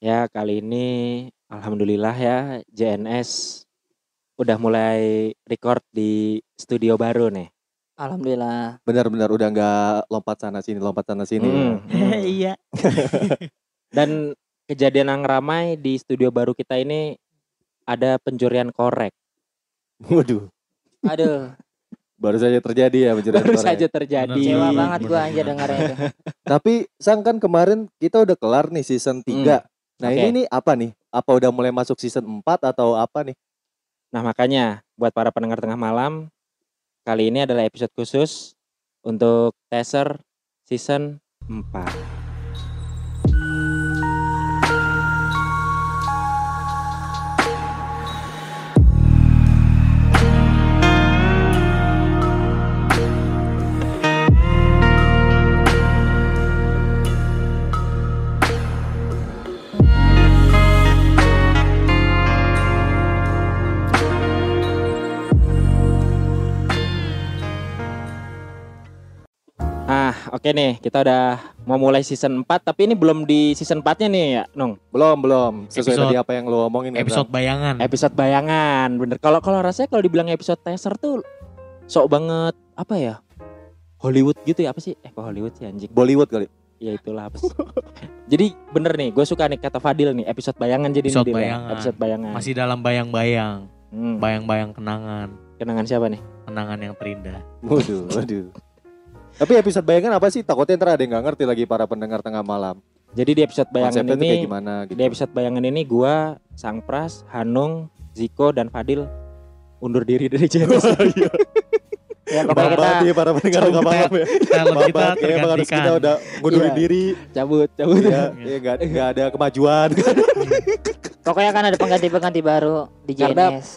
Ya kali ini alhamdulillah ya JNS udah mulai record di studio baru nih. Alhamdulillah. Benar-benar udah nggak lompat sana sini ya. Iya. Dan kejadian yang ramai di studio baru kita ini ada pencurian korek. Waduh, Aduh, baru saja terjadi ya pencurian Baru korek. saja terjadi. kecewa banget gua bener. aja dengarnya itu. Tapi Sang kan kemarin kita udah kelar nih season 3. Nah Oke. ini nih apa nih? Apa udah mulai masuk season 4 atau apa nih? Nah makanya buat para pendengar tengah malam, kali ini adalah episode khusus untuk teaser season 4. Oke nih, kita udah mau mulai season 4, tapi ini belum di season 4-nya nih ya, Nung. Belum. Sesuai Episode- tadi apa yang lo omongin kan, Episode bayangan. Episode bayangan, bener. Kalau rasanya kalau dibilang episode teaser tuh sok banget apa ya? Hollywood gitu ya, apa sih? Kok Hollywood sih anjing? Sang? Bollywood kali. Ya itulah apa sih? Jadi bener nih, gue suka nih kata Fadil nih, episode bayangan jadi Episode nih Dil, ya. bayangan. Episode bayangan. Masih dalam bayang-bayang. Hmm. Bayang-bayang kenangan. Kenangan siapa nih? Kenangan yang terindah. Waduh. Tapi episode bayangan apa sih? Takutnya ntar ada yang nggak ngerti lagi para pendengar tengah malam. Jadi di episode bayangan Konsepnya tuh kayak ini, gimana gitu. di episode bayangan ini gue, Sang Pras, Hanung, Ziko dan Fadil undur diri dari JNS. Ya Maaf pokoknya kita banget ya para pendengar Cabut tengah malam ya. Talent Maaf kita banget ya, emang harus kita tergantikan. udah ngundurin Iya. diri. cabut. Ya nggak ada kemajuan. pokoknya kan ada pengganti baru di Karena- JNS.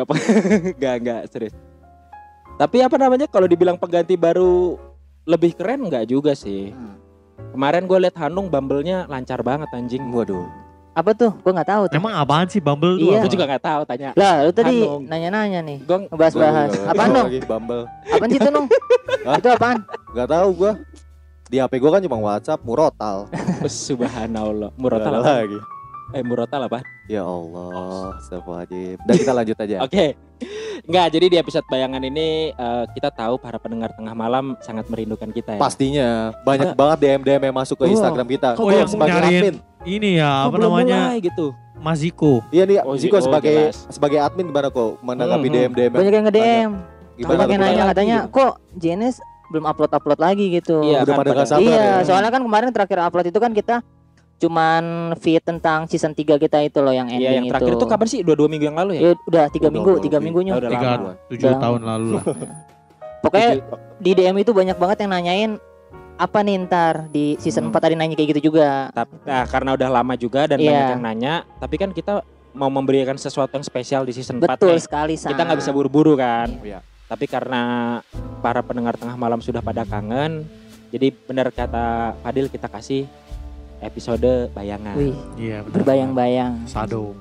Gak serius. Tapi apa namanya kalau dibilang pengganti baru lebih keren nggak juga sih. Kemarin gue liat Hanung Bumble-nya lancar banget anjing. Waduh. Apa tuh? Gua enggak tahu tuh. Emang apaan sih Bumble tuh? Iya. apa? Gue juga nggak tahu tanya. Lah, lu tadi Hanung. nanya-nanya nih. Gue Ngebahas-bahas. Apaan dong? Lagi Bumble. Apaan sih itu, Nung? Hah? Itu apaan? Gak tahu gua. Di HP gua kan cuma WhatsApp, Murotal. subhanallah. Nggak Murotal ada apa? lagi. Murotal apa? Ya Allah, astagfirullahaladzim. Dan kita lanjut aja. Oke. Nggak, jadi di episode bayangan ini kita tahu para pendengar tengah malam sangat merindukan kita ya. Pastinya banyak banget DM yang masuk ke Wah. Instagram kita. Kok Oh, yang sebagai nyariin admin. Ini ya Kok apa belum namanya? mulai gitu. Mas Ziko. Iya nih, Oh, Ziko oh, sebagai jelas. sebagai admin gimana kok menanggapi Hmm, DM Banyak yang nge-DM. Gimana Banyak yang tuh? nanya lagi katanya, gitu. "Kok JNS belum upload lagi gitu?" Iya, Udah kan, pada pada- gak sabar Iya, ya. soalnya kan kemarin terakhir upload itu kan kita cuman feed tentang season 3 kita itu loh yang ending Iya, yang terakhir itu. itu kapan sih? 2 minggu yang lalu ya? Ya udah 3 Udah, minggu, udah, 3 oke. minggunya. Oh, udah lama. 7 Udah. tahun lalu lah. Pokoknya di DM itu banyak banget yang nanyain apa nih ntar di season 4 tadi nanya kayak gitu juga. Nah, karena udah lama juga dan Iya. banyak yang nanya, tapi kan kita mau memberikan sesuatu yang spesial di season 4 Betul nih. sekali Sang. Kita nggak bisa buru-buru kan. Iya. Tapi karena para pendengar tengah malam sudah pada kangen, jadi benar kata Fadil kita kasih episode bayangan. Wih, Iya, benar. berbayang-bayang. Sado.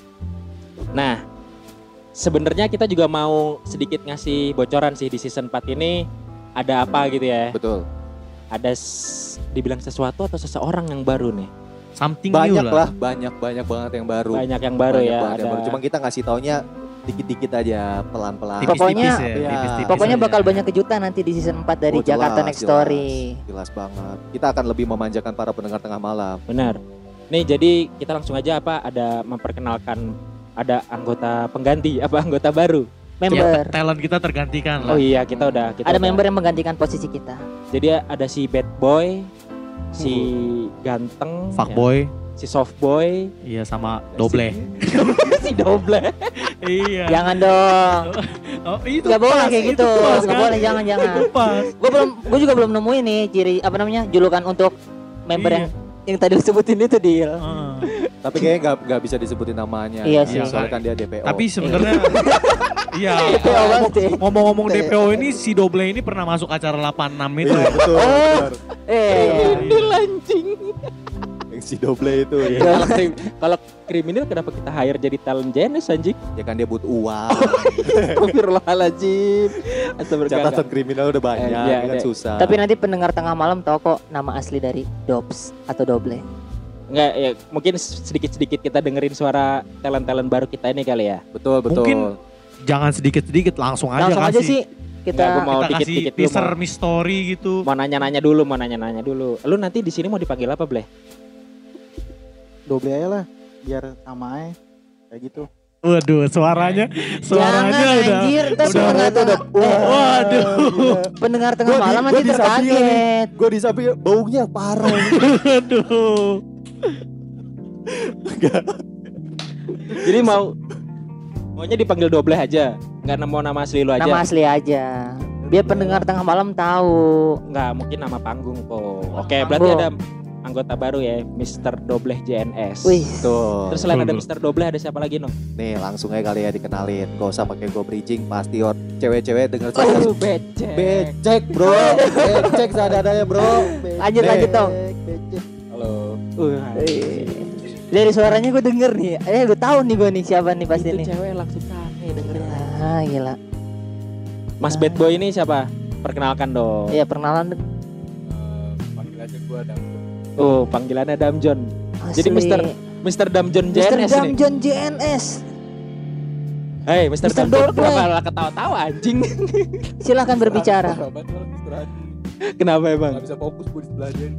Nah, sebenarnya kita juga mau sedikit ngasih bocoran sih di season 4 ini ada apa gitu ya. Betul. Ada dibilang sesuatu atau seseorang yang baru nih. Something Banyak new lah, banyak banget yang baru. Banyak yang baru Banyak ya. banget yang Ada baru. Cuma kita ngasih taunya dikit-dikit aja, pelan-pelan. Pokoknya- Tipis-tipis ya, Iya. tipis-tipis Pokoknya aja. bakal banyak kejutan nanti di season 4 dari Oh, jelas, Jakarta Next jelas. Story. Jelas banget. Kita akan lebih memanjakan para pendengar tengah malam. benar. Nih jadi kita langsung aja ada memperkenalkan ada anggota pengganti anggota baru. Member. Talent kita tergantikan Oh lah. iya kita udah Ada member yang menggantikan posisi kita. Jadi ada si bad boy, si ganteng, Fuckboy. ya, si soft boy, Iya sama Doble. si doble. Iya. Jangan dong. Oh, itu Gak boleh pas, kayak itu gitu. pas, Gak kan? boleh, jangan. Itu pas. Gue juga belum nemuin nih ciri apa namanya julukan untuk member Iya. yang tadi disebutin itu Dil. Ah. Tapi kayaknya nggak bisa disebutin namanya. Iya sih. Soalnya kan dia DPO. Tapi sebenarnya iya. DPO pasti. Ngomong-ngomong DPO ini si Doble ini pernah masuk acara 86 itu. Iya, betul. Oh. benar. Ini lancing. Yang si Doble itu ya. Kalau kriminal kenapa kita hire jadi talent JNS anjing? Ya kan dia butuh uang. Astagfirullahaladzim. Catatan kriminal udah banyak, Iya, kan iya. susah. Tapi nanti pendengar tengah malam tahu kok nama asli dari Dobs atau Doble. Enggak ya, mungkin sedikit-sedikit kita dengerin suara talent-talent baru kita ini kali ya. Betul. Mungkin jangan sedikit-sedikit, langsung aja Langsung aja kasih. sih Enggak, gua mau Kita kasih dikit-dikit dulu, teaser mau. mystery gitu. Mau nanya-nanya dulu. Lu nanti di sini mau dipanggil apa, Bleh? Doble aja lah, biar sama aja kayak gitu. Waduh, suaranya Jangan udah. anjir, ntar Suara itu udah Waduh. pendengar tengah Gua di- malam gua nanti di samping terkaget. Gue di samping baunya parah. Aduh. Jadi maunya dipanggil Dobleh aja. Enggak mau nama asli lu aja. Nama asli aja. Biar pendengar tengah malam tahu. Enggak, mungkin nama panggung kok. Oke, Panggung. berarti ada anggota baru ya, Mr. Dobleh JNS. Wih, Tuh. Terus selain ada Mr. Dobleh ada siapa lagi, No? Nih langsung aja kali ya dikenalin. Gak usah pakai go bridging, pasti cewek-cewek denger suara becek. becek bro, becek seadanya bro. lanjut dong. Halo. Dari suaranya gue denger nih. Gue tahu nih gue nih siapa nih pasti Itu nih. cewek langsung sange dengerin. Ah, gila. Mas Bad Boy ini siapa? Perkenalkan dong. Iya, perkenalan. Panggil aja gua Dam. Oh, panggilannya Damjon. Asli. Jadi Mr. Damjon Mr. JNS nih. Damjon JNS. Hei, Mr. Mr. Damjon Dobleh. kenapa lah ketawa-tawa anjing? Silakan berbicara. Kenapa emang? Gak bisa fokus gua di sebelah dia.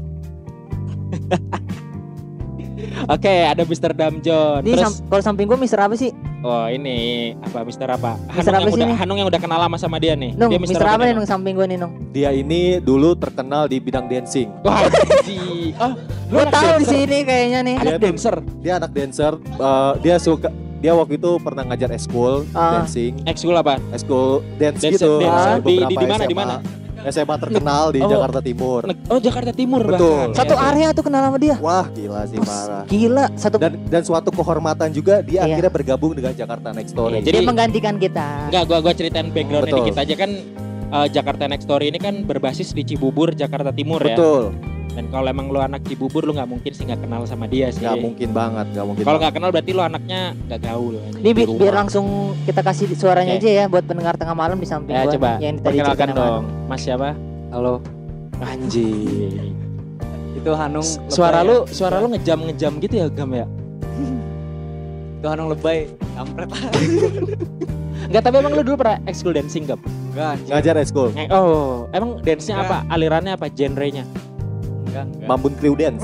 Oke, ada Mr. Damjon. Ini Terus kalau samping gue Mister apa sih? oh ini apa Mr. apa? Mister apa sih ini? Hanung yang udah kenal lama sama dia nih. Nung, Dia Mister apa nih Nung? nung samping gue nih nung? Dia ini dulu terkenal di bidang dancing. Wah, anjing. Oh, lu Gue anak tahu di dancer? sini kayaknya nih. Anak Dia tuh- dancer. Dia anak dancer. Dia waktu itu pernah ngajar eskul dancing, Ekskul apa? eskul dance Dance- gitu. dance. Di Beberapa mana, di SMA. mana? SMA terkenal di Oh. Jakarta Timur. Oh, Jakarta Timur Betul. bahkan. Satu Ya, area tuh kenal sama dia. Wah gila sih parah. Gila, satu. Dan suatu kehormatan juga dia Iya. akhirnya bergabung dengan Jakarta Next Story. Iya, Dia jadi- menggantikan kita. Enggak, gua ceritain backgroundnya Betul. dikit aja kan. Jakarta Next Story ini kan berbasis di Cibubur, Jakarta Timur ya. Betul. Dan kalau emang lu anak Cibubur, lu nggak mungkin sih nggak kenal sama dia sih. Nggak mungkin banget, nggak mungkin. Kalau banget. nggak kenal berarti lu anaknya nggak gaul. Ini di rumah. biar langsung kita kasih suaranya Oke. aja ya buat pendengar tengah malam di samping Ya gua. coba Yang tadi perkenalkan ceritain sama dong. Mas siapa? Halo. Anjing. Itu Hanung. Suara lu ngejam gitu ya, Gam ya? Itu Hanung lebay. Kampret. Enggak, tapi emang lu dulu pernah ekskul dancing, Gam? Enggak anjing. Ngajar eskul, Oh, emang dance-nya Enggak. apa? Alirannya apa? Genrenya? Enggak. Mambun Crew Dance.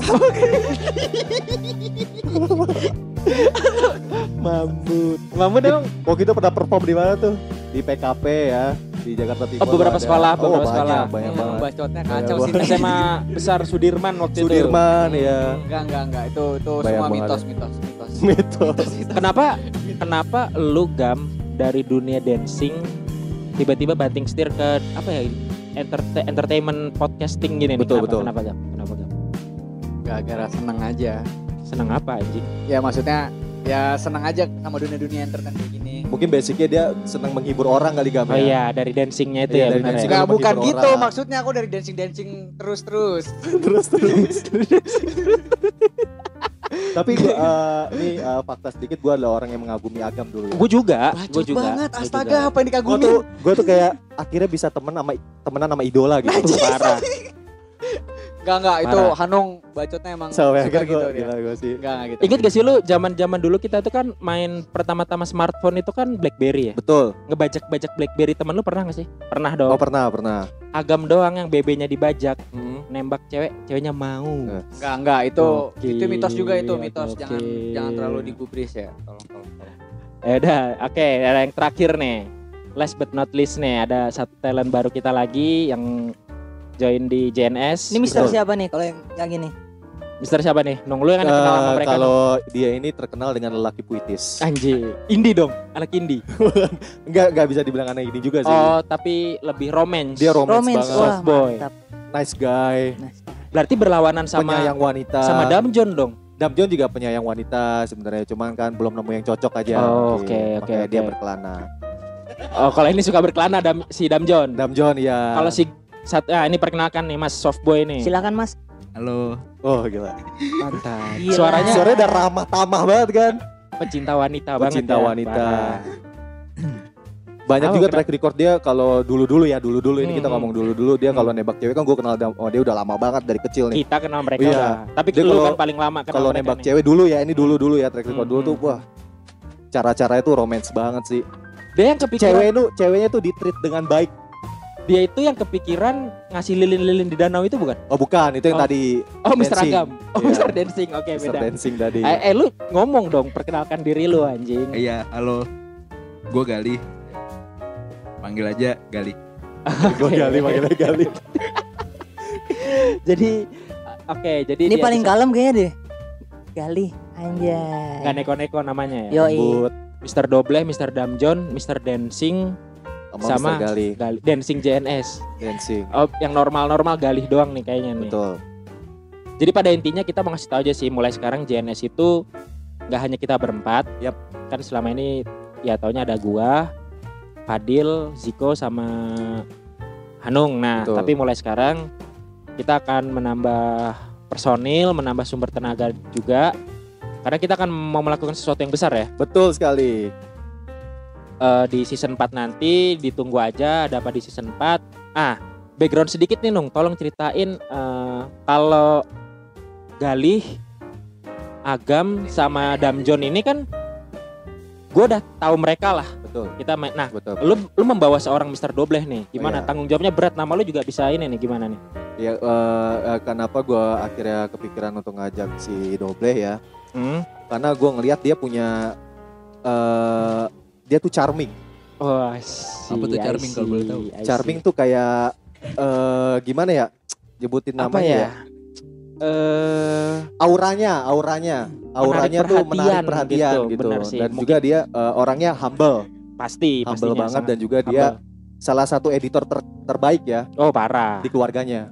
Mambut emang Waktu itu pernah perform di mana tuh? Di PKP ya, di Jakarta Timur. Oh, beberapa ada. sekolah, Oh, beberapa sekolah. banyak Emang banget. bacotnya Banyak kacau sih. banget. SMA besar Sudirman waktu itu. Sudirman ya. Enggak. Itu Banyak semua banget. mitos. Mitos. Kenapa lu, Gam, dari dunia dancing tiba-tiba banting setir ke apa ya? Entertainment podcasting gini nih. Betul, Kenapa? betul. Kenapa, Gam? Kenapa, Gam? Gara-gara seneng aja. Seneng apa anjing? Ya maksudnya ya seneng aja sama dunia entertain kayak gini. Mungkin basicnya dia senang menghibur orang kali Gam Oh ya. iya, dari dancingnya itu Iya, ya dari benar dancing. ya. Enggak, bukan menghibur gitu. orang. Maksudnya aku dari dancing terus. Tapi fakta sedikit, gue adalah orang yang mengagumi Agam dulu. Ya. Gue juga, Bacot banget. Astaga, apa yang Gue dikagumin? tuh kayak akhirnya bisa temenan sama idola gitu. Parah. Enggak, itu Parah. Hanung bacotnya emang Sampai suka akhirnya gitu gue dia. gila gue sih. Enggak gitu. Ingat gak sih lu zaman dulu kita tuh kan main pertama-tama smartphone itu kan BlackBerry ya? Betul. Ngebajak-bajak BlackBerry, temen lu pernah gak sih? Pernah dong. Oh pernah. Agam doang yang BB-nya dibajak, nembak ceweknya mau. Enggak, itu Oke, mitos juga itu, mitos. oke. Jangan terlalu digubris ya. Tolong. Ya udah, oke, ada yang terakhir nih. Last but not least nih, ada satu talent baru kita lagi yang join di JNS. Ini Mister Betul. siapa nih kalau yang ini? Mister siapa nih? Nong, lu yang kenal sama mereka. Nong? Kalau dia ini terkenal dengan lelaki puitis. Anjir, indie dong, anak indie. Enggak bisa dibilang anak ini juga sih. Oh, tapi lebih romance. Dia romance Romance, banget. wah Soft boy. mantap. Nice guy, Berarti berlawanan sama penyayang wanita. sama Damjon dong. Damjon juga penyayang wanita sebenarnya, cuman kan belum nemu yang cocok aja. Oh, mungkin. oke, Makanya dia oke. berkelana. Oh, kalau ini suka berkelana si Damjon. Damjon ya. Kalau si ini perkenalkan nih Mas Softboy nih. Silakan Mas. Halo. Oh gila. Mantap. Gila. Suaranya Udah ramah tamah banget kan. pecinta wanita banget. Pecinta ya. wanita. Parah. Banyak Apa, juga kenapa? track record dia kalau dulu-dulu ini kita ngomong dulu-dulu dia kalau nembak cewek kan gue kenal dia udah lama banget dari kecil nih. Kita kenal mereka Iya. udah. Tapi Dia lu kalau- kan paling lama kenal Kalau mereka nembak nih. cewek dulu ya, ini dulu ya track record dulu tuh Hmm. wah. Cara-caranya tuh romance banget sih. Dia yang kepikiran, Ceweknya tuh di-treat dengan baik. dia itu yang kepikiran ngasih lilin-lilin di danau itu bukan? Oh bukan, itu yang Oh. tadi Oh, Mr. Dancing. Agam. Oh, Iya. Mr. Dancing. Oke, Mr. beda. Dancing tadi. Lu ngomong dong, perkenalkan diri lu anjing. Iya, halo. Gue Gali. Panggil aja Gali. Gue manggilnya Gali. Jadi jadi Ini di paling episode- kalem kayaknya deh. Gali, anjay. Nggak neko-neko namanya ya. Yoi. But Mr. Dobleh, Mr. Damjon, Mr. Dancing, sama sama Mr. Gali Dancing JNS. dancing. Oh, yang normal-normal Galih doang nih kayaknya nih. Betul. Jadi pada intinya kita mau ngasih tahu aja sih, mulai sekarang JNS itu nggak hanya kita berempat. Yap. Kan selama ini ya taunya ada gua, Fadil, Ziko sama Hanung. Nah, Betul. tapi mulai sekarang kita akan menambah personil, menambah sumber tenaga juga. Karena kita akan mau melakukan sesuatu yang besar ya. Betul sekali. Di season 4 nanti ditunggu aja ada apa di season 4. Background sedikit nih Nung, tolong ceritain kalau Galih, Agam sama Damjon ini kan gue udah tahu mereka lah. Betul. Kita main. Nah, Betul. lu membawa seorang Mr. Dobleh nih. Gimana Oh, iya. tanggung jawabnya berat, nama lu juga bisa ini nih gimana nih? Ya kenapa gue akhirnya kepikiran untuk ngajak si Dobleh ya? Karena gue ngelihat dia punya dia tuh charming. Oh, Apa tuh charming kalau boleh tahu? Charming tuh kayak gimana ya? Nyebutin apa namanya ya? Auranya tuh menarik perhatian gitu. benar sih. Dan Mungkin juga dia orangnya humble pasti humble pastinya banget sangat dan juga dia humble. salah satu editor terbaik ya Oh, parah. di keluarganya.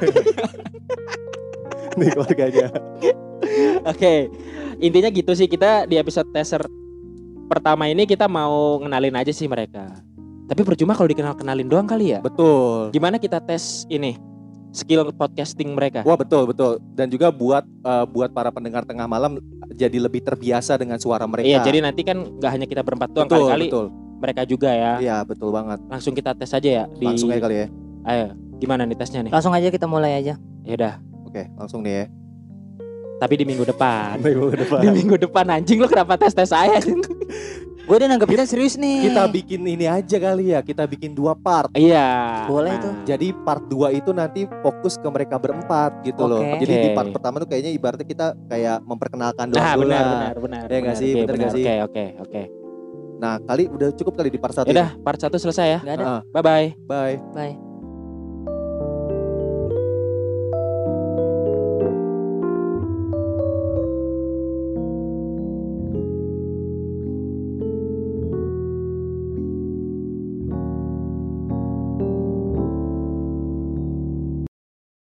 Di keluarganya. Oke, intinya gitu sih, kita di episode teaser pertama ini kita mau ngenalin aja sih mereka. Tapi percuma kalau kenalin doang kali ya. Betul. Gimana kita tes ini skill podcasting mereka? Wah betul. Dan juga buat para pendengar tengah malam jadi lebih terbiasa dengan suara mereka. Iya, jadi nanti kan nggak hanya kita berempat doang, betul, kali-kali betul. mereka juga ya. Iya betul banget. Langsung kita tes aja ya. Langsung aja kali ya. Ayo, gimana nih tesnya nih? Langsung aja kita mulai aja. Ya udah. Oke langsung nih ya. Tapi di minggu depan. Minggu depan. Di minggu depan anjing, lu kenapa tes saya? Gue udah nanggep kita serius nih. Kita bikin ini aja kali ya. Kita bikin 2 part. Iya. Boleh tuh. Jadi part 2 itu nanti fokus ke mereka berempat gitu loh. Oke. Jadi di Oke. part pertama tuh kayaknya ibaratnya kita kayak memperkenalkan doang Nah, dulu benar. lah. Ya nggak sih? Oke, Bener nggak sih? Oke. Nah kali udah cukup kali di part 1 Ya udah, part 1 selesai ya. Gak ada. Ah, Bye bye. bye. Bye.